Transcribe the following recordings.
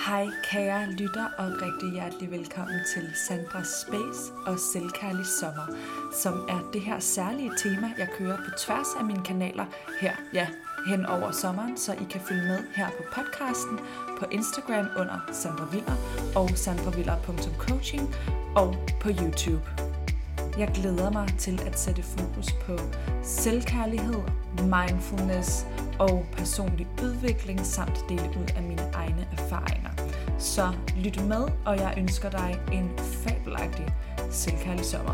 Hej kære lytter og rigtig hjertelig velkommen til Sandras Space og Selvkærlig Sommer, som er det her særlige tema, jeg kører på tværs af mine kanaler her, hen over sommeren, så I kan følge med her på podcasten, på Instagram under Sandra Viller og sandraviller.coaching og på YouTube. Jeg glæder mig til at sætte fokus på selvkærlighed, mindfulness og personlig udvikling samt dele ud af mine egne erfaringer. Så lyt med, og jeg ønsker dig en fabelagtig selvkærlig sommer.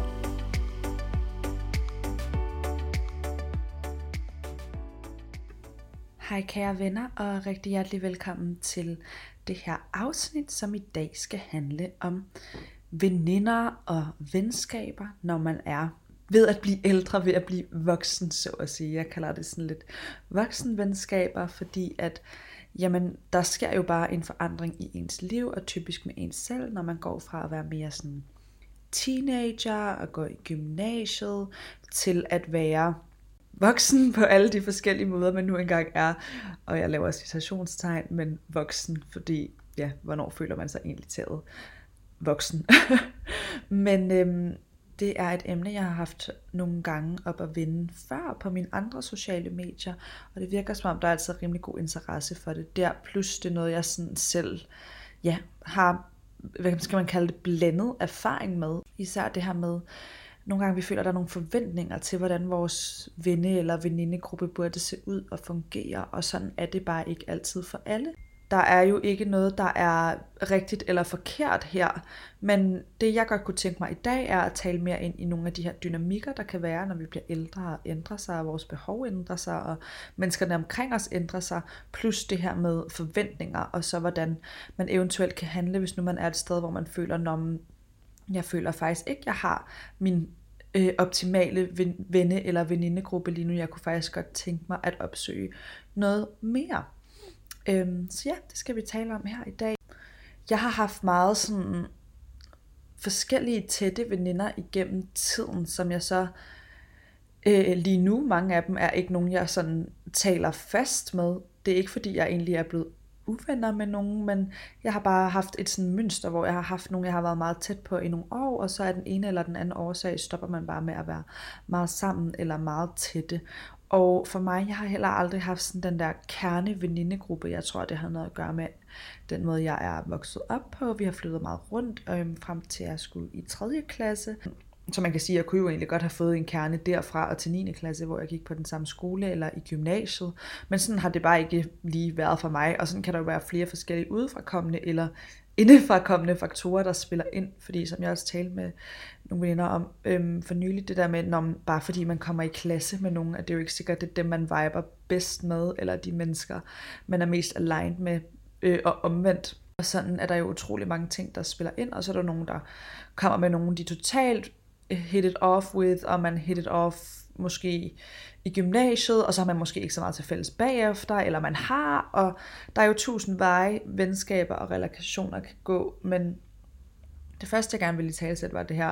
Hej kære venner, og rigtig hjertelig velkommen til det her afsnit, som i dag skal handle om veninder og venskaber, når man er ved at blive ældre, ved at blive voksen, så at sige. Jeg kalder det sådan lidt voksenvenskaber, fordi at der sker jo bare en forandring i ens liv, og typisk med ens selv, når man går fra at være mere sådan teenager og gå i gymnasiet, til at være voksen på alle de forskellige måder, man nu engang er. Og jeg laver citationstegn, men voksen, fordi hvornår føler man sig egentlig taget voksen? Men det er et emne, jeg har haft nogle gange op at vende før på mine andre sociale medier, og det virker som om, der er altså rimelig god interesse for det der, plus det er noget, jeg sådan selv har, hvad skal man kalde det, blandet erfaring med. Især det her med, nogle gange vi føler, at der er nogle forventninger til, hvordan vores venne- eller venindegruppe burde se ud og fungere, og sådan er det bare ikke altid for alle. Der er jo ikke noget, der er rigtigt eller forkert her, men det jeg godt kunne tænke mig i dag er at tale mere ind i nogle af de her dynamikker, der kan være, når vi bliver ældre og ændrer sig, og vores behov ændrer sig, og menneskerne omkring os ændrer sig, plus det her med forventninger, og så hvordan man eventuelt kan handle, hvis nu man er et sted, hvor man føler, jeg føler faktisk ikke, jeg har min optimale venne- eller venindegruppe lige nu. Jeg kunne faktisk godt tænke mig at opsøge noget mere. Så det skal vi tale om her i dag. Jeg har haft meget sådan forskellige tætte veninder igennem tiden, som jeg så lige nu, mange af dem er ikke nogen, jeg sådan taler fast med. Det er ikke fordi, jeg egentlig er blevet uvenner med nogen, men jeg har bare haft et sådan mønster, hvor jeg har haft nogen, jeg har været meget tæt på i nogle år, og så er den ene eller den anden årsag, stopper man bare med at være meget sammen eller meget tætte. Og for mig, jeg har heller aldrig haft sådan den der kerne venindegruppe. Jeg tror, det har noget at gøre med den måde, jeg er vokset op på. Vi har flyttet meget rundt frem til, at jeg skulle i 3. klasse. Så man kan sige, at jeg kunne jo egentlig godt have fået en kerne derfra og til 9. klasse, hvor jeg gik på den samme skole eller i gymnasiet. Men sådan har det bare ikke lige været for mig. Og sådan kan der jo være flere forskellige udefrakommende eller indefrakommende faktorer, der spiller ind. Fordi som jeg også talte med nogle veninder om for nylig, det der med, når bare fordi man kommer i klasse med nogen, at det er jo ikke sikkert, det er dem, man viber bedst med, eller de mennesker, man er mest aligned med, og omvendt. Og sådan er der jo utrolig mange ting, der spiller ind, og så er der nogen, der kommer med nogen, de totalt hit it off with, og man hit it off måske i gymnasiet, og så har man måske ikke så meget til fælles bagefter, eller man har, og der er jo 1000 veje, venskaber og relationer kan gå, men det første, jeg gerne ville italesætte, var det her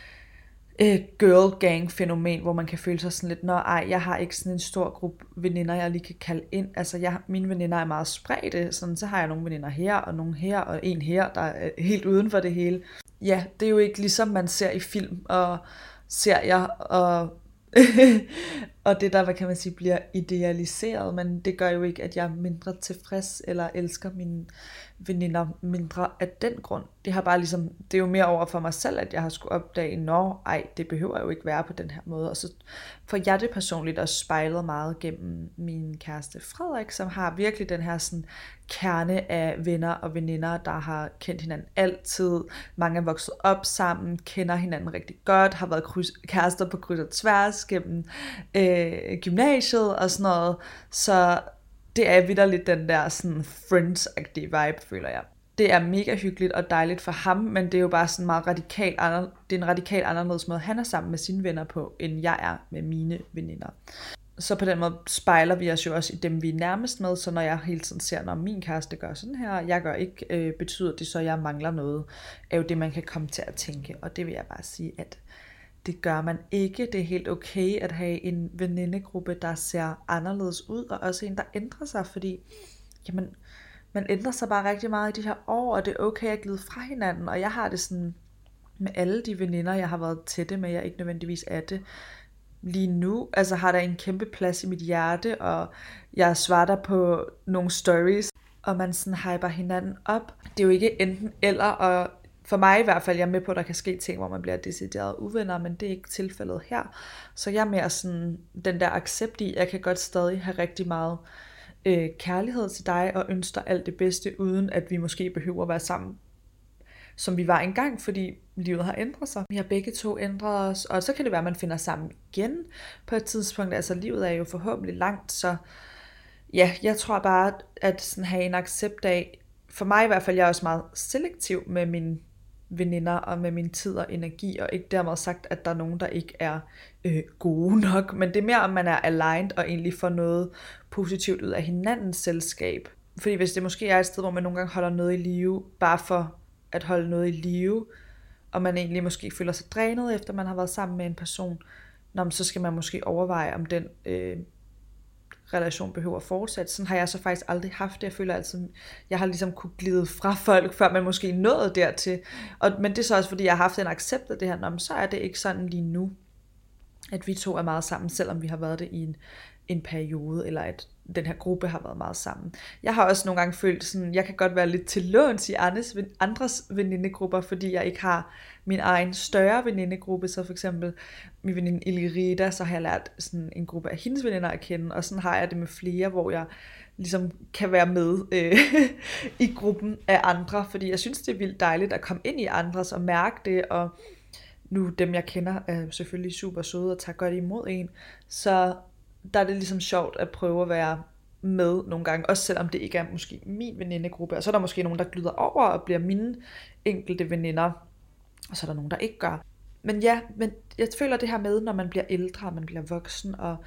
girl gang fænomen, hvor man kan føle sig sådan lidt, jeg har ikke sådan en stor gruppe veninder, jeg lige kan kalde ind. Altså mine veninder er meget spredte, sådan, så har jeg nogle veninder her, og nogle her, og en her, der er helt uden for det hele. Ja, det er jo ikke ligesom man ser i film og serier, og og det der, hvad kan man sige, bliver idealiseret, men det gør jo ikke, at jeg er mindre tilfreds eller elsker mine veninder mindre af den grund. Det har bare ligesom, det er jo mere over for mig selv, at jeg har skulle opdage, det behøver jo ikke være på den her måde. Og så for jeg det personligt også spejlet meget gennem min kæreste Frederik, som har virkelig den her sådan kerne af venner og veninder, der har kendt hinanden altid. Mange er vokset op sammen, kender hinanden rigtig godt, har været kærester på kryds og tværs gennem gymnasiet og sådan noget. Så det er vitterligt den der sådan friends-agtige vibe, føler jeg. Det er mega hyggeligt og dejligt for ham, men det er jo bare sådan meget radikalt det er en radikalt anderledes måde, han er sammen med sine venner på, end jeg er med mine veninder. Så på den måde spejler vi os jo også i dem, vi er nærmest med, så når jeg hele tiden ser, når min kæreste gør sådan her, jeg gør ikke, betyder det så, at jeg mangler noget, er jo det, man kan komme til at tænke. Og det vil jeg bare sige, at det gør man ikke. Det er helt okay at have en venindegruppe, der ser anderledes ud, og også en, der ændrer sig, fordi man man ændrer sig bare rigtig meget i de her år, og det er okay at glide fra hinanden, og jeg har det sådan med alle de veninder, jeg har været tætte med, jeg ikke nødvendigvis er det lige nu, altså har der en kæmpe plads i mit hjerte, og jeg svarer der på nogle stories, og man sådan hyper hinanden op. Det er jo ikke enten eller, og for mig i hvert fald, jeg er med på, at der kan ske ting, hvor man bliver decideret uvenner, men det er ikke tilfældet her. Så jeg er mere sådan, den der accept i, jeg kan godt stadig have rigtig meget kærlighed til dig, og ønsker alt det bedste, uden at vi måske behøver at være sammen, som vi var engang, fordi livet har ændret sig. Vi har begge to ændret os, og så kan det være, at man finder sammen igen på et tidspunkt. Altså livet er jo forhåbentlig langt, så ja, jeg tror bare, at sådan have en accept af, for mig i hvert fald, jeg er også meget selektiv med mine veninder og med min tid og energi, og ikke dermed sagt, at der er nogen, der ikke er gode nok, men det er mere, om man er aligned og egentlig får noget positivt ud af hinandens selskab. Fordi hvis det måske er et sted, hvor man nogle gange holder noget i live, bare for at holde noget i live, og man egentlig måske føler sig drænet, efter man har været sammen med en person, så skal man måske overveje, om den relation behøver at fortsætte. Sådan har jeg så faktisk aldrig haft det. Jeg føler altid, jeg har ligesom kunne glide fra folk, før man måske nåede dertil. Men det er så også, fordi jeg har haft en accept af det her, så er det ikke sådan lige nu, at vi to er meget sammen, selvom vi har været det i en periode, eller at den her gruppe har været meget sammen. Jeg har også nogle gange følt sådan, jeg kan godt være lidt til låns i andres venindegrupper, fordi jeg ikke har min egen større venindegruppe, så for eksempel min veninde Ilgerida, så har jeg lært sådan en gruppe af hendes veninder at kende, og sådan har jeg det med flere, hvor jeg ligesom kan være med i gruppen af andre, fordi jeg synes, det er vildt dejligt at komme ind i andres og mærke det, og nu dem jeg kender er selvfølgelig super søde og tager godt imod en, så der er det ligesom sjovt at prøve at være med nogle gange, også selvom det ikke er måske min venindegruppe, og så er der måske nogen, der glider over og bliver mine enkelte veninder, og så er der nogen, der ikke gør. Men ja, jeg føler det her med, når man bliver ældre, man bliver voksen, og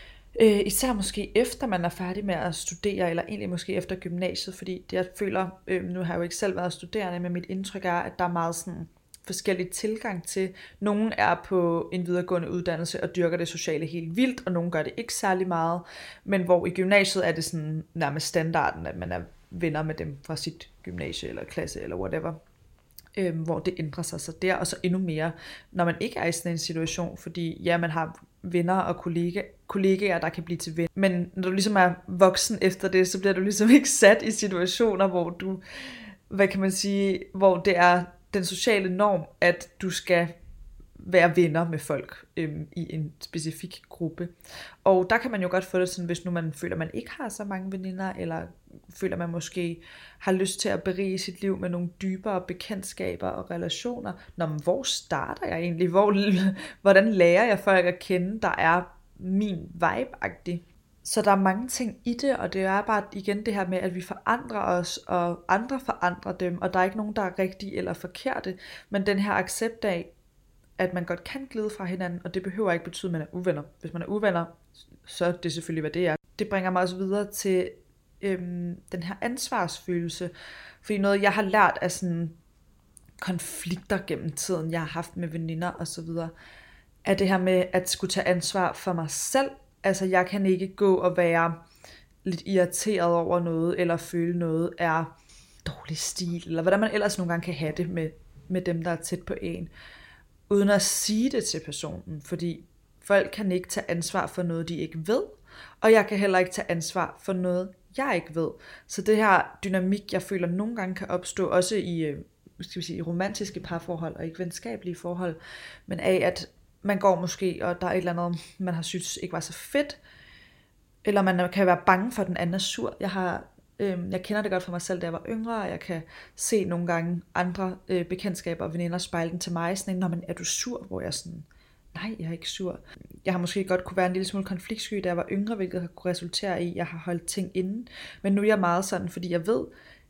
især måske efter man er færdig med at studere, eller egentlig måske efter gymnasiet, fordi det jeg føler, nu har jeg jo ikke selv været studerende, men mit indtryk er, at der er meget sådan forskellig tilgang til. Nogen er på en videregående uddannelse og dyrker det sociale helt vildt, og nogen gør det ikke særlig meget, men hvor i gymnasiet er det sådan nærmest standarden, at man er venner med dem fra sit gymnasie eller klasse eller whatever, hvor det ændrer sig så der, og så endnu mere, når man ikke er i sådan en situation, fordi ja, man har venner og kollegaer, der kan blive til venner, men når du ligesom er voksen efter det, så bliver du ligesom ikke sat i situationer, hvor du, hvad kan man sige, hvor det er den sociale norm, at du skal være venner med folk i en specifik gruppe. Og der kan man jo godt få det sådan, hvis nu man føler, man ikke har så mange veninder, eller føler, man måske har lyst til at berige sit liv med nogle dybere bekendtskaber og relationer. Men hvor starter jeg egentlig? Hvordan lærer jeg folk at kende, der er min vibe-agtig? Så der er mange ting i det, og det er bare igen det her med, at vi forandrer os, og andre forandrer dem, og der er ikke nogen, der er rigtige eller forkerte, men den her accept af, at man godt kan glide fra hinanden, og det behøver ikke betyde, at man er uvenner. Hvis man er uvenner, så er det selvfølgelig, hvad det er. Det bringer mig også videre til den her ansvarsfølelse, fordi noget, jeg har lært af sådan konflikter gennem tiden, jeg har haft med veninder og så videre, er det her med at skulle tage ansvar for mig selv. Altså, jeg kan ikke gå og være lidt irriteret over noget, eller føle noget er dårlig stil, eller hvordan man ellers nogle gange kan have det med dem, der er tæt på en, uden at sige det til personen, fordi folk kan ikke tage ansvar for noget, de ikke ved, og jeg kan heller ikke tage ansvar for noget, jeg ikke ved. Så det her dynamik, jeg føler nogle gange kan opstå, også i, i romantiske parforhold, og ikke venskabelige forhold, men af at man går måske, og der er et eller andet, man har synes ikke var så fedt, eller man kan være bange for, at den anden er sur. Jeg kender det godt for mig selv, da jeg var yngre, og jeg kan se nogle gange andre bekendtskaber og veninder spejle den til mig, sådan, nå, men er du sur? Hvor jeg sådan, nej, jeg er ikke sur. Jeg har måske godt kunne være en lille smule konfliktsky, da jeg var yngre, hvilket har kunne resultere i, at jeg har holdt ting inde. Men nu er jeg meget sådan, fordi jeg ved,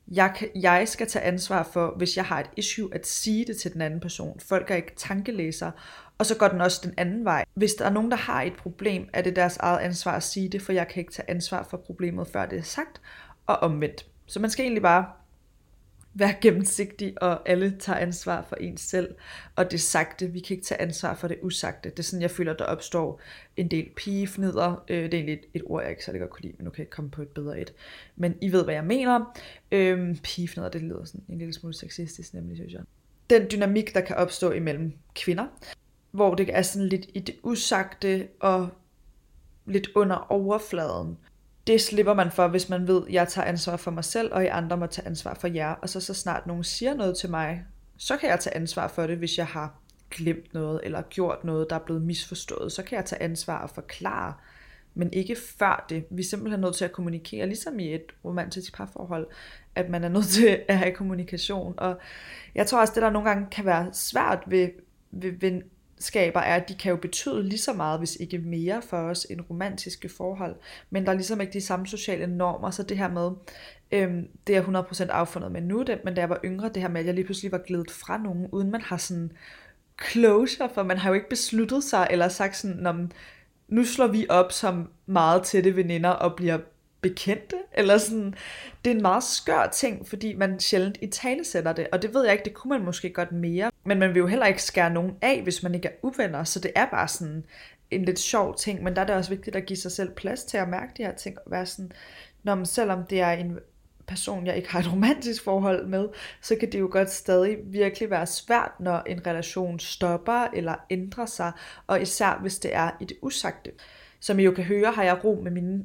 jeg skal tage ansvar for, hvis jeg har et issue, at sige det til den anden person. Folk er ikke tankelæsere, og så går den også den anden vej. Hvis der er nogen, der har et problem, er det deres eget ansvar at sige det, for jeg kan ikke tage ansvar for problemet, før det er sagt, og omvendt. Så man skal egentlig bare være gennemsigtig, og alle tager ansvar for ens selv, og det sagte, vi kan ikke tage ansvar for det usagte. Det er sådan, jeg føler, der opstår en del pigefnidder. Det er egentlig et ord, jeg ikke så godt kunne lide, men nu kan jeg ikke komme på et bedre et. Men I ved, hvad jeg mener. Pigefnidder, det lyder sådan en lille smule sexistisk, nemlig, synes jeg. Den dynamik, der kan opstå imellem kvinder, hvor det er sådan lidt i det usagte, og lidt under overfladen. Det slipper man for, hvis man ved, at jeg tager ansvar for mig selv, og I andre må tage ansvar for jer. Og så snart nogen siger noget til mig, så kan jeg tage ansvar for det, hvis jeg har glemt noget, eller gjort noget, der er blevet misforstået. Så kan jeg tage ansvar og forklare, men ikke før det. Vi er simpelthen nødt til at kommunikere, ligesom i et romantisk parforhold, at man er nødt til at have kommunikation. Og jeg tror også, det der nogle gange kan være svært ved venskaber, er, at de kan jo betyde lige så meget, hvis ikke mere for os, end romantiske forhold. Men der er ligesom ikke de samme sociale normer, så det her med, det er 100% affundet med nu, men da jeg var yngre, det her med, at jeg lige pludselig var glædet fra nogen, uden man har sådan closure, for man har jo ikke besluttet sig, eller sagt sådan, nu slår vi op som meget tætte veninder, og bliver bekendte, eller sådan. Det er en meget skør ting, fordi man sjældent italesætter det, og det ved jeg ikke, det kunne man måske godt mere, men man vil jo heller ikke skære nogen af, hvis man ikke er uvenner, så det er bare sådan en lidt sjov ting, men der er det også vigtigt at give sig selv plads til at mærke de her ting, og være sådan, selvom det er en person, jeg ikke har et romantisk forhold med, så kan det jo godt stadig virkelig være svært, når en relation stopper eller ændrer sig, og især hvis det er i det usagte. Som I jo kan høre, har jeg ro med mine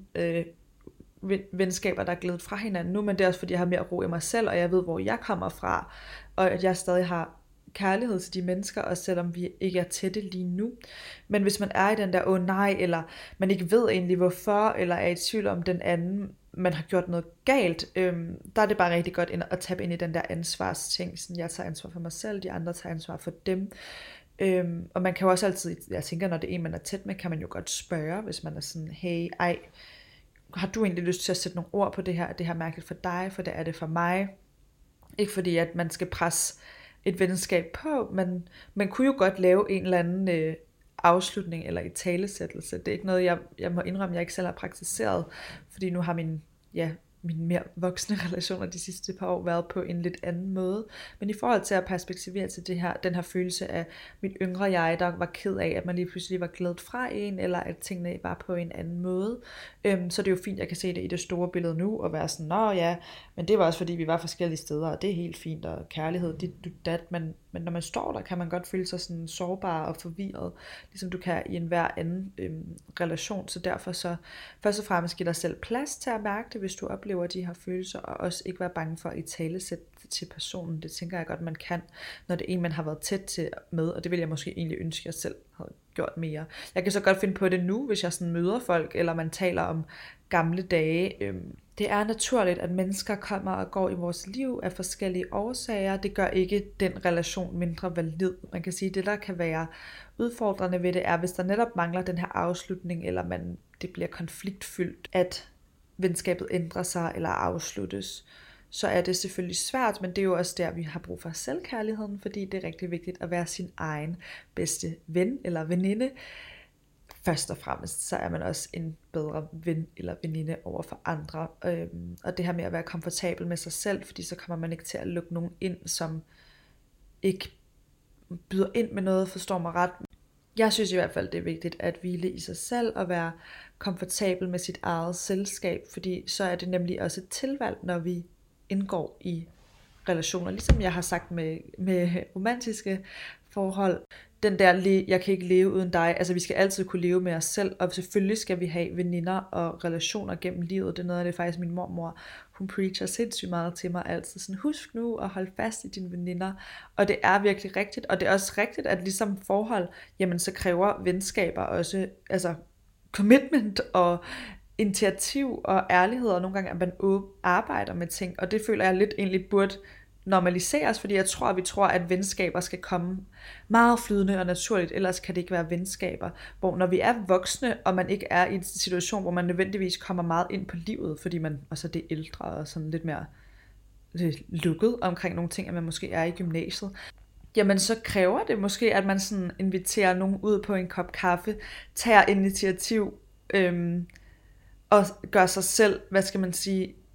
venskaber, der er glædet fra hinanden nu, men det er også fordi, jeg har mere ro i mig selv, og jeg ved, hvor jeg kommer fra, og at jeg stadig har kærlighed til de mennesker, også selvom vi ikke er tætte lige nu. Men hvis man er i den der, nej, eller man ikke ved egentlig hvorfor, eller er i tvivl om den anden, man har gjort noget galt, der er det bare rigtig godt at tabe ind i den der ansvarsting, sådan jeg tager ansvar for mig selv, de andre tager ansvar for dem. Og man kan jo også altid, jeg tænker, når det er en, man er tæt med, kan man jo godt spørge, hvis man er sådan, hey, har du egentlig lyst til at sætte nogle ord på det her mærkeligt for dig, for det er det for mig. Ikke fordi, at man skal presse et venskab på, men man kunne jo godt lave en eller anden afslutning eller italesættelse. Det er ikke noget, jeg må indrømme, jeg ikke selv har praktiseret, fordi nu har mine mere voksne relationer de sidste par år været på en lidt anden måde. Men i forhold til at perspektivere til den her følelse af mit yngre jeg, der var ked af, at man lige pludselig var glædet fra en, eller at tingene var på en anden måde, så det er jo fint, jeg kan se det i det store billede nu, og være sådan, men det var også fordi, vi var forskellige steder, og det er helt fint, og kærlighed, men når man står der, kan man godt føle sig sådan sårbar og forvirret, ligesom du kan i enhver anden relation, så derfor så først og fremmest give dig selv plads til at mærke det, hvis du oplever de her følelser, og også ikke være bange for at italesætte det til personen. Det tænker jeg godt, man kan, når det er en, man har været tæt til med, og det vil jeg måske egentlig ønske, at jeg selv havde gjort mere. Jeg kan så godt finde på det nu, hvis jeg sådan møder folk, eller man taler om gamle dage. Det er naturligt, at mennesker kommer og går i vores liv af forskellige årsager. Det gør ikke den relation mindre valid. Man kan sige, at det der kan være udfordrende ved det er, hvis der netop mangler den her afslutning, eller det bliver konfliktfyldt, at venskabet ændrer sig eller afsluttes, så er det selvfølgelig svært, men det er jo også der, vi har brug for selvkærligheden, fordi det er rigtig vigtigt at være sin egen bedste ven eller veninde. Først og fremmest, så er man også en bedre ven eller veninde over for andre. Og det her med at være komfortabel med sig selv, fordi så kommer man ikke til at lukke nogen ind, som ikke byder ind med noget, forstår mig ret. Jeg synes i hvert fald, det er vigtigt at hvile i sig selv og være komfortabel med sit eget selskab, fordi så er det nemlig også et tilvalg, når vi indgår i relationer, ligesom jeg har sagt med romantiske forhold. Den der, jeg kan ikke leve uden dig, altså vi skal altid kunne leve med os selv, og selvfølgelig skal vi have veninder og relationer gennem livet. Det er noget af det faktisk min mormor, hun preacher sindssygt meget til mig altid, sådan husk nu at holde fast i dine veninder, og det er virkelig rigtigt, og det er også rigtigt, at ligesom forhold, jamen så kræver venskaber også, altså commitment og initiativ og ærlighed, og nogle gange at man arbejder med ting, og det føler jeg lidt egentlig burde normaliseres, fordi vi tror, at venskaber skal komme meget flydende og naturligt, ellers kan det ikke være venskaber, hvor når vi er voksne, og man ikke er i en situation, hvor man nødvendigvis kommer meget ind på livet, fordi man også er det ældre og sådan lidt mere lukket omkring nogle ting, at man måske er i gymnasiet, jamen så kræver det måske, at man sådan inviterer nogen ud på en kop kaffe, tager initiativ, og gør sig selv, hvad skal man sige,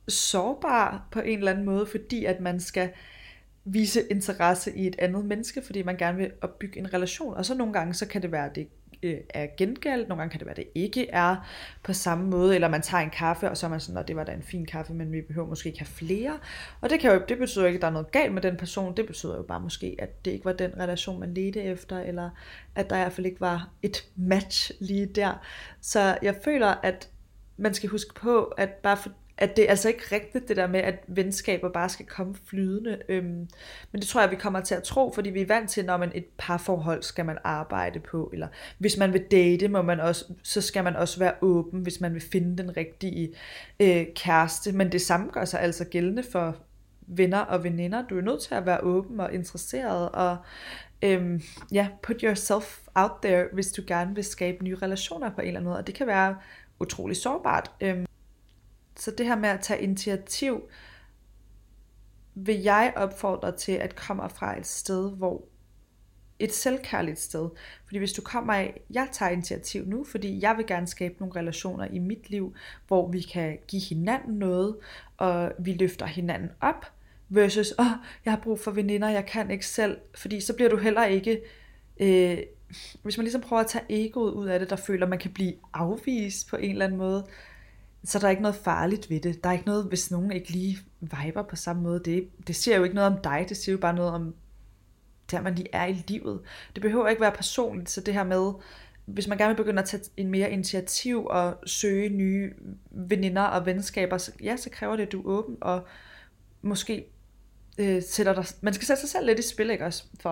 sårbar på en eller anden måde, fordi at man skal vise interesse i et andet menneske, fordi man gerne vil opbygge en relation. Og så nogle gange, så kan det være, at det er gengældt, nogle gange kan det være, at det ikke er på samme måde, eller man tager en kaffe, og så er man sådan, det var da en fin kaffe, men vi behøver måske ikke have flere. Og det betyder jo ikke, at der er noget galt med den person, det betyder jo bare måske, at det ikke var den relation, man ledte efter, eller at der i hvert fald ikke var et match lige der. Så jeg føler, at man skal huske på, at at det er altså ikke rigtigt det der med, at venskaber bare skal komme flydende. Men det tror jeg, vi kommer til at tro, fordi vi er vant til, når man et parforhold skal man arbejde på, eller hvis man vil date, så skal man også være åben, hvis man vil finde den rigtige kæreste. Men det samme gør sig altså gældende for venner og veninder. Du er nødt til at være åben og interesseret, og put yourself out there, hvis du gerne vil skabe nye relationer på en eller anden måde. Og det kan være utrolig sårbart. Så det her med at tage initiativ, vil jeg opfordre til at komme fra et sted, et selvkærligt sted. Fordi hvis du kommer af, jeg tager initiativ nu, fordi jeg vil gerne skabe nogle relationer i mit liv, hvor vi kan give hinanden noget, og vi løfter hinanden op, versus, jeg har brug for veninder, jeg kan ikke selv, fordi så bliver du heller ikke, hvis man ligesom prøver at tage egoet ud af det, der føler, man kan blive afvist på en eller anden måde, så der er ikke noget farligt ved det. Der er ikke noget, hvis nogen ikke lige viber på samme måde. Det siger jo ikke noget om dig, det siger jo bare noget om, der man lige er i livet. Det behøver ikke være personligt, så det her med, hvis man gerne vil begynde at tage en mere initiativ og søge nye veninder og venskaber, så kræver det, at du er åben, og måske man skal sætte sig selv lidt i spil, ikke også, for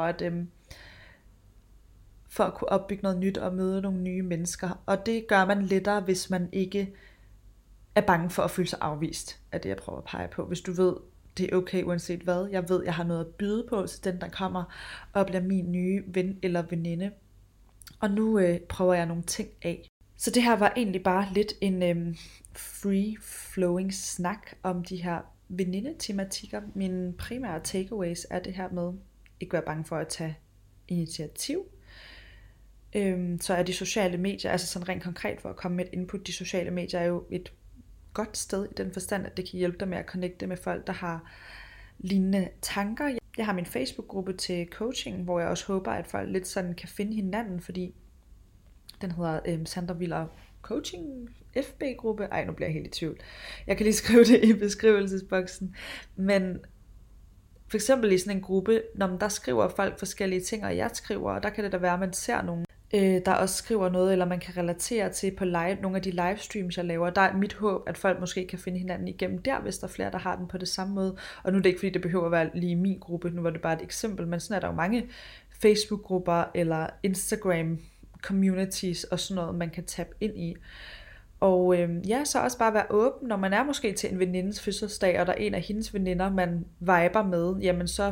at kunne opbygge noget nyt og møde nogle nye mennesker. Og det gør man lettere, hvis man ikke er bange for at føle sig afvist, er det jeg prøver at pege på. Hvis du ved, det er okay uanset hvad, jeg ved, jeg har noget at byde på til den, der kommer og bliver min nye ven eller veninde. Og nu prøver jeg nogle ting af. Så det her var egentlig bare lidt en free-flowing snak om de her venindetematikker. Mine primære takeaways er det her med ikke være bange for at tage initiativ. Så er de sociale medier, altså sådan rent konkret for at komme med et input, de sociale medier er jo et godt sted i den forstand, at det kan hjælpe dig med at connecte med folk, der har lignende tanker. Jeg har min Facebook-gruppe til coaching, hvor jeg også håber, at folk lidt sådan kan finde hinanden, fordi den hedder Sandra Viller Coaching FB-gruppe. Nu bliver jeg helt i tvivl. Jeg kan lige skrive det i beskrivelsesboksen. Men for eksempel i sådan en gruppe, der skriver folk forskellige ting, og jeg skriver, og der kan det da være, at man ser nogen, der også skriver noget, eller man kan relatere til på nogle af de livestreams, jeg laver. Der er mit håb, at folk måske kan finde hinanden igennem der, hvis der er flere, der har den på det samme måde. Og nu er det ikke, fordi det behøver at være lige min gruppe, nu var det bare et eksempel, men sådan er der jo mange Facebook-grupper, eller Instagram-communities, og sådan noget, man kan tabe ind i. Og så også bare være åben, når man er måske til en venindes fødselsdag, og der er en af hendes veninder, man viber med, jamen så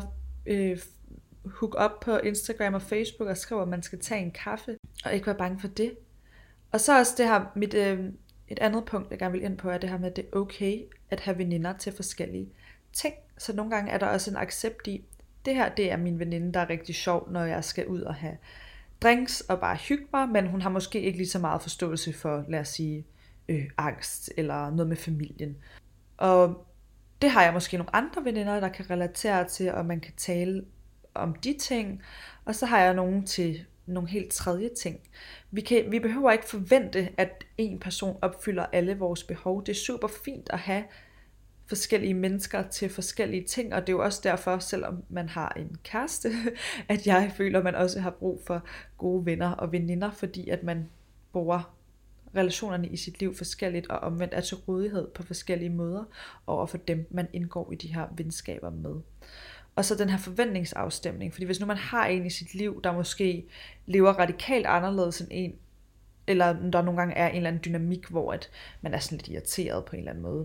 hook op på Instagram og Facebook og skriver, at man skal tage en kaffe, og ikke være bange for det. Og så også det her, et andet punkt, jeg gerne vil ind på, er det her med, at det er okay at have veninder til forskellige ting. Så nogle gange er der også en accept i, det her, det er min veninde, der er rigtig sjov, når jeg skal ud og have drinks og bare hygge mig, men hun har måske ikke lige så meget forståelse for, lad os sige, angst eller noget med familien. Og det har jeg måske nogle andre veninder, der kan relatere til, og man kan tale om de ting, og så har jeg nogen til nogle helt tredje ting. Vi behøver ikke forvente, at en person opfylder alle vores behov. Det er super fint at have forskellige mennesker til forskellige ting, og det er jo også derfor, selvom man har en kæreste, at jeg føler, at man også har brug for gode venner og veninder, fordi at man bruger relationerne i sit liv forskelligt, og omvendt er til rådighed på forskellige måder over for dem, man indgår i de her venskaber med. Og så den her forventningsafstemning, fordi hvis nu man har en i sit liv, der måske lever radikalt anderledes end en, eller der nogle gange er en eller anden dynamik, hvor at man er sådan lidt irriteret på en eller anden måde,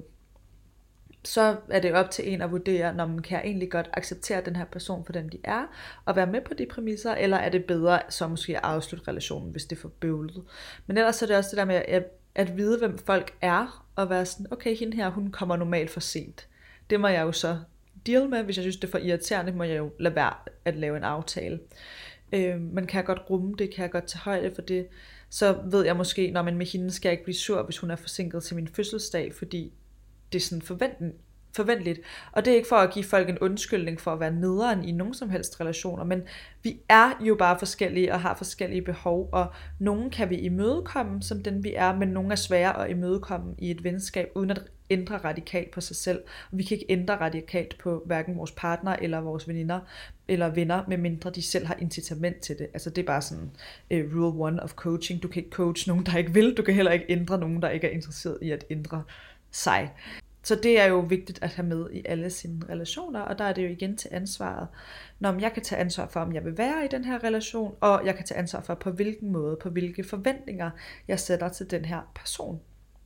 så er det op til en at vurdere, når man kan egentlig godt acceptere den her person for den de er, og være med på de præmisser, eller er det bedre så måske at afslutte relationen, hvis det er for bøvlet. Men ellers er det også det der med at vide, hvem folk er, og være sådan, okay, hende her, hun kommer normalt for sent. Det må jeg jo så deal med. Hvis jeg synes, det er for irriterende, må jeg jo lade være at lave en aftale. Men kan jeg godt rumme det, kan jeg godt tage højde for det, så ved jeg måske, når man med hende skal jeg ikke blive sur, hvis hun er forsinket til min fødselsdag, fordi det er sådan forventeligt. Og det er ikke for at give folk en undskyldning for at være nederen i nogen som helst relationer, men vi er jo bare forskellige og har forskellige behov, og nogen kan vi imødekomme som den vi er, men nogle er svære at imødekomme i et venskab, uden at ændre radikalt på sig selv. Og vi kan ikke ændre radikalt på hverken vores partner eller vores veninder eller venner, medmindre de selv har incitament til det. Altså det er bare sådan rule 1 of coaching. Du kan ikke coach nogen, der ikke vil. Du kan heller ikke ændre nogen, der ikke er interesseret i at ændre sig. Så det er jo vigtigt at have med i alle sine relationer, og der er det jo igen til ansvaret. Når jeg kan tage ansvar for, om jeg vil være i den her relation, og jeg kan tage ansvar for, på hvilken måde, på hvilke forventninger jeg sætter til den her person.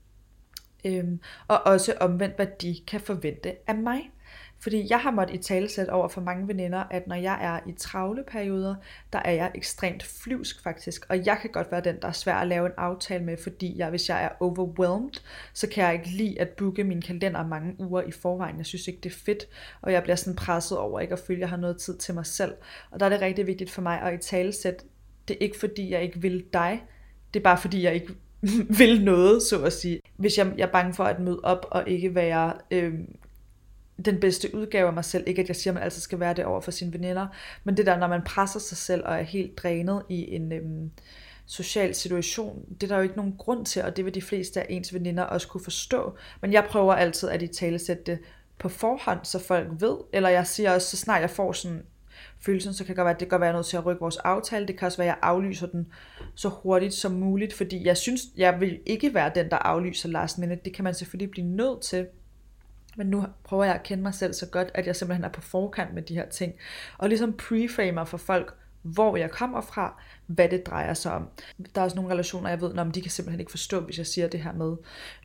Og også omvendt, hvad de kan forvente af mig. Fordi jeg har måttet italesætte over for mange veninder, at når jeg er i travle perioder, der er jeg ekstremt flyvsk faktisk. Og jeg kan godt være den, der er svær at lave en aftale med, fordi hvis jeg er overwhelmed, så kan jeg ikke lide at booke min kalender mange uger i forvejen. Jeg synes ikke, det er fedt, og jeg bliver sådan presset over ikke at føle, at jeg har noget tid til mig selv. Og der er det rigtig vigtigt for mig at italesætte. Det er ikke fordi, jeg ikke vil dig. Det er bare fordi, jeg ikke vil noget, så at sige. Hvis jeg er bange for at møde op og ikke være den bedste udgave af mig selv. Ikke at jeg siger, at man altid skal være det over for sine veninder, men det der, når man presser sig selv og er helt drænet i en social situation, det er der jo ikke nogen grund til, og det vil de fleste af ens veninder også kunne forstå. Men jeg prøver altid at italesætte det på forhånd, så folk ved, eller jeg siger også, så snart jeg får sådan følelsen, så kan det godt være, at det kan være noget til at rykke vores aftale. Det kan også være, at jeg aflyser den så hurtigt som muligt, fordi jeg synes, jeg vil ikke være den, der aflyser last minute. Det kan man selvfølgelig blive nødt til. Men nu prøver jeg at kende mig selv så godt, at jeg simpelthen er på forkant med de her ting. Og ligesom preframer for folk, hvor jeg kommer fra, hvad det drejer sig om. Der er også nogle relationer, jeg ved, de kan simpelthen ikke forstå, hvis jeg siger det her med,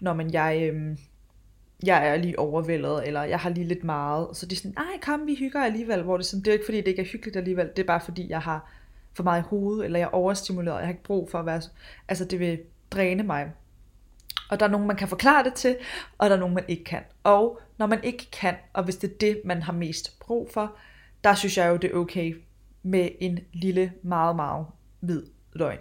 jeg er lige overvældet, eller jeg har lige lidt meget. Så de er sådan, ej kom, vi hygger alligevel. Hvor det er sådan, det er ikke fordi, det ikke er hyggeligt alligevel. Det er bare fordi, jeg har for meget i hovedet, eller jeg er overstimuleret. Jeg har ikke brug for at være, altså det vil dræne mig. Og der er nogen, man kan forklare det til, og der er nogen, man ikke kan. Og når man ikke kan, og hvis det er det, man har mest brug for, der synes jeg jo, det er okay med en lille, meget, meget hvid løgn.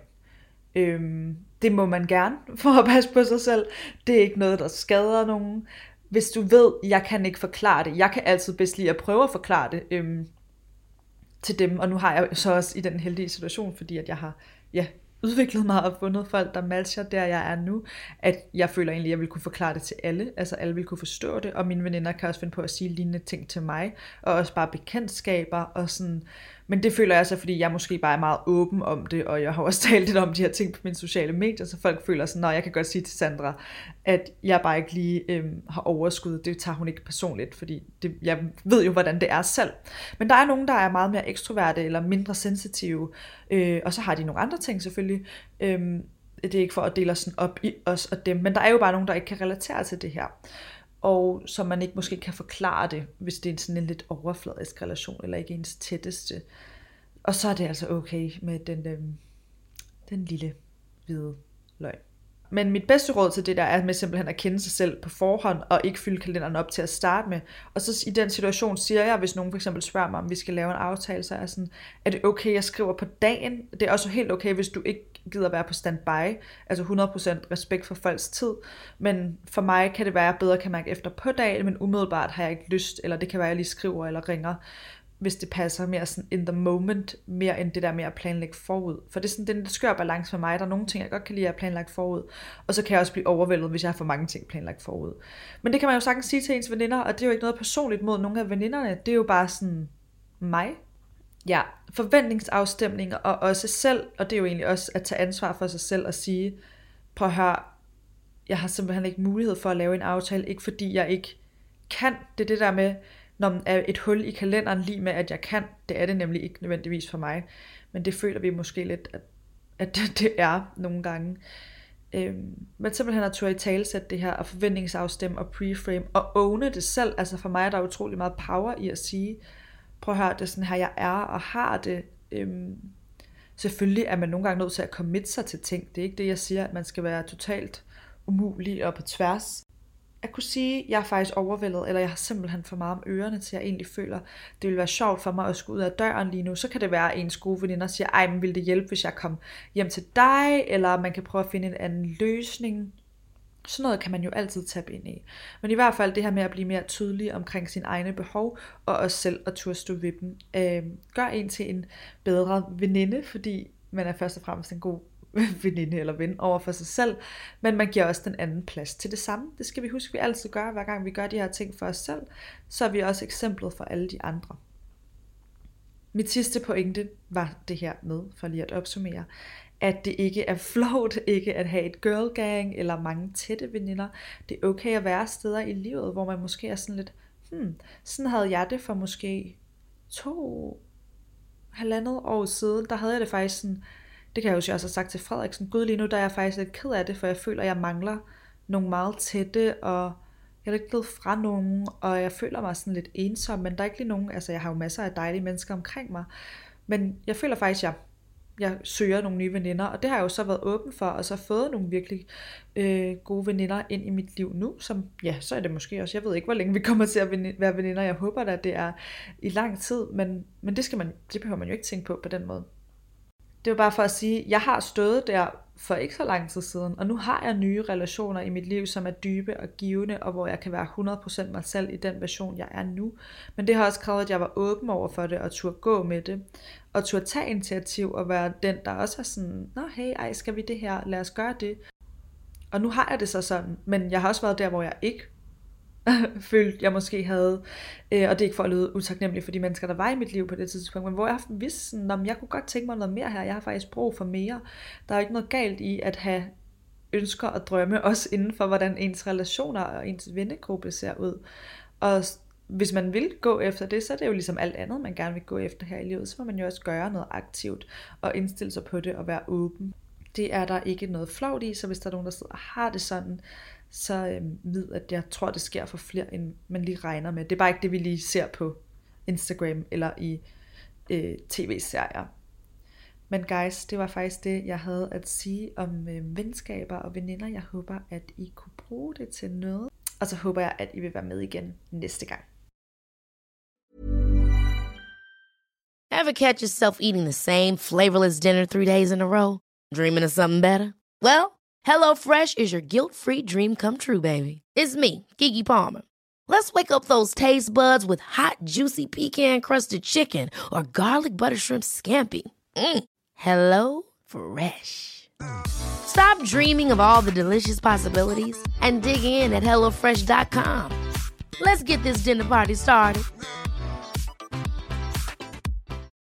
Det må man gerne, for at passe på sig selv. Det er ikke noget, der skader nogen. Hvis du ved, jeg kan ikke forklare det. Jeg kan altid bedst lide at prøve at forklare det til dem. Og nu har jeg så også i den heldige situation, fordi at jeg har udviklet mig og fundet folk, der matcher der jeg er nu, at jeg føler egentlig, at jeg vil kunne forklare det til alle, altså alle vil kunne forstå det, og mine veninder kan også finde på at sige lignende ting til mig, og også bare bekendtskaber, og sådan, men det føler jeg så, fordi jeg måske bare er meget åben om det, og jeg har også talt lidt om de her ting på mine sociale medier, så folk føler sådan, jeg kan godt sige til Sandra, at jeg bare ikke lige har overskud, det tager hun ikke personligt, fordi jeg ved jo, hvordan det er selv. Men der er nogen, der er meget mere ekstroverte, eller mindre sensitive, og så har de nogle andre ting selvfølgelig. Det er ikke for at dele os sådan op i os og dem, men der er jo bare nogen, der ikke kan relatere til det her. Og så man ikke måske kan forklare det, hvis det er sådan en lidt overfladisk relation, eller ikke ens tætteste. Og så er det altså okay med den lille hvide løgn. Men mit bedste råd til det der er med simpelthen at kende sig selv på forhånd, og ikke fylde kalenderen op til at starte med. Og så i den situation siger jeg, hvis nogen for eksempel spørger mig, om vi skal lave en aftale, så er sådan, er det okay, jeg skriver på dagen? Det er også helt okay, hvis du ikke gider være på standby, altså 100% respekt for folks tid. Men for mig kan det være, at jeg bedre kan mærke efter på dagen, men umiddelbart har jeg ikke lyst, eller det kan være, at jeg lige skriver eller ringer, hvis det passer mere sådan in the moment, mere end det der med at planlægge forud. For det er sådan den skør balance for mig. Der er nogle ting, jeg godt kan lide at planlægge forud, og så kan jeg også blive overvældet, hvis jeg har for mange ting planlagt forud. Men det kan man jo sagtens sige til ens veninder, og det er jo ikke noget personligt mod nogle af veninderne. Det er jo bare sådan mig. Ja, forventningsafstemninger, og også selv, og det er jo egentlig også at tage ansvar for sig selv og sige, prøv at høre, jeg har simpelthen ikke mulighed for at lave en aftale, ikke fordi jeg ikke kan. Det er det der med, når man er et hul i kalenderen lige med, at jeg kan. Det er det nemlig ikke nødvendigvis for mig. Men det føler vi måske lidt, at det er nogle gange. Men simpelthen at turde i talesætte det her, og forventningsafstemme og preframe, og owne det selv. Altså for mig er der utrolig meget power i at sige, prøv at høre, det er sådan her, jeg er og har det. Selvfølgelig er man nogle gange nødt til at committe sig til ting. Det er ikke det, jeg siger, at man skal være totalt umulig og på tværs. At kunne sige, at jeg er faktisk overvældet, eller jeg har simpelthen for meget om ørerne til, at jeg egentlig føler, det ville være sjovt for mig at skulle ud af døren lige nu. Så kan det være, at ens gode veninder siger, ej, men ville det hjælpe, hvis jeg kom hjem til dig, eller man kan prøve at finde en anden løsning. Sådan noget kan man jo altid tabe ind i. Men i hvert fald det her med at blive mere tydelig omkring sine egne behov, og også selv at turde stå ved dem. Gør en til en bedre veninde, fordi man er først og fremmest en god veninde eller ven over for sig selv, men man giver også den anden plads til det samme. Det skal vi huske, vi altid gør, hver gang vi gør de her ting for os selv, så er vi også eksemplet for alle de andre. Mit sidste pointe var det her med, for lige at opsummere, at det ikke er flovt ikke at have et girl gang eller mange tætte veninder. Det er okay at være steder i livet, hvor man måske er sådan lidt, sådan havde jeg det for måske 2,5 år siden. Der havde jeg det faktisk sådan, det kan jeg jo også have sagt til Frederik, sådan, gud lige nu, der er jeg faktisk lidt ked af det, for jeg føler, at jeg mangler nogle meget tætte, og jeg er lidt glad fra nogen, og jeg føler mig sådan lidt ensom, men der er ikke lige nogen, altså jeg har jo masser af dejlige mennesker omkring mig, men jeg føler faktisk, at jeg søger nogle nye veninder, og det har jeg jo så været åben for, og så fået nogle virkelig gode veninder ind i mit liv nu, som, ja, så er det måske også, jeg ved ikke, hvor længe vi kommer til at være veninder, jeg håber da, at det er i lang tid, men det behøver man jo ikke tænke på den måde. Det var bare for at sige, at jeg har stået der for ikke så lang tid siden, og nu har jeg nye relationer i mit liv, som er dybe og givende, og hvor jeg kan være 100% mig selv i den version, jeg er nu. Men det har også krævet, at jeg var åben over for det, og turde gå med det, og turde tage initiativ, og være den, der også er sådan, nå hey, skal vi det her, lad os gøre det. Og nu har jeg det så sådan, men jeg har også været der, hvor jeg ikke følte, jeg måske havde, og det er ikke for at lyde utaknemmelig for de mennesker, der var i mit liv på det tidspunkt, men hvor jeg vidste sådan, om jeg kunne godt tænke mig noget mere her, jeg har faktisk brug for mere. Der er ikke noget galt i at have ønsker og drømme, også inden for hvordan ens relationer og ens vennegruppe ser ud. Og hvis man vil gå efter det, så er det jo ligesom alt andet, man gerne vil gå efter her i livet, så må man jo også gøre noget aktivt og indstille sig på det og være åben. Det er der ikke noget flovt i, så hvis der er nogen, der sidder og har det sådan, så vid, at jeg tror, det sker for flere, end man lige regner med. Det er bare ikke det, vi lige ser på Instagram eller i tv-serier. Men guys, det var faktisk det, jeg havde at sige om venskaber og veninder. Jeg håber, at I kunne bruge det til noget. Og så håber jeg, at I vil være med igen næste gang. Ever catch yourself eating the same flavorless dinner 3 days in a row? Dreaming of something better? Well, HelloFresh is your guilt-free dream come true, baby. It's me, Keke Palmer. Let's wake up those taste buds with hot, juicy pecan-crusted chicken or garlic butter shrimp scampi. Hello Fresh. Stop dreaming of all the delicious possibilities and dig in at HelloFresh.com. Let's get this dinner party started.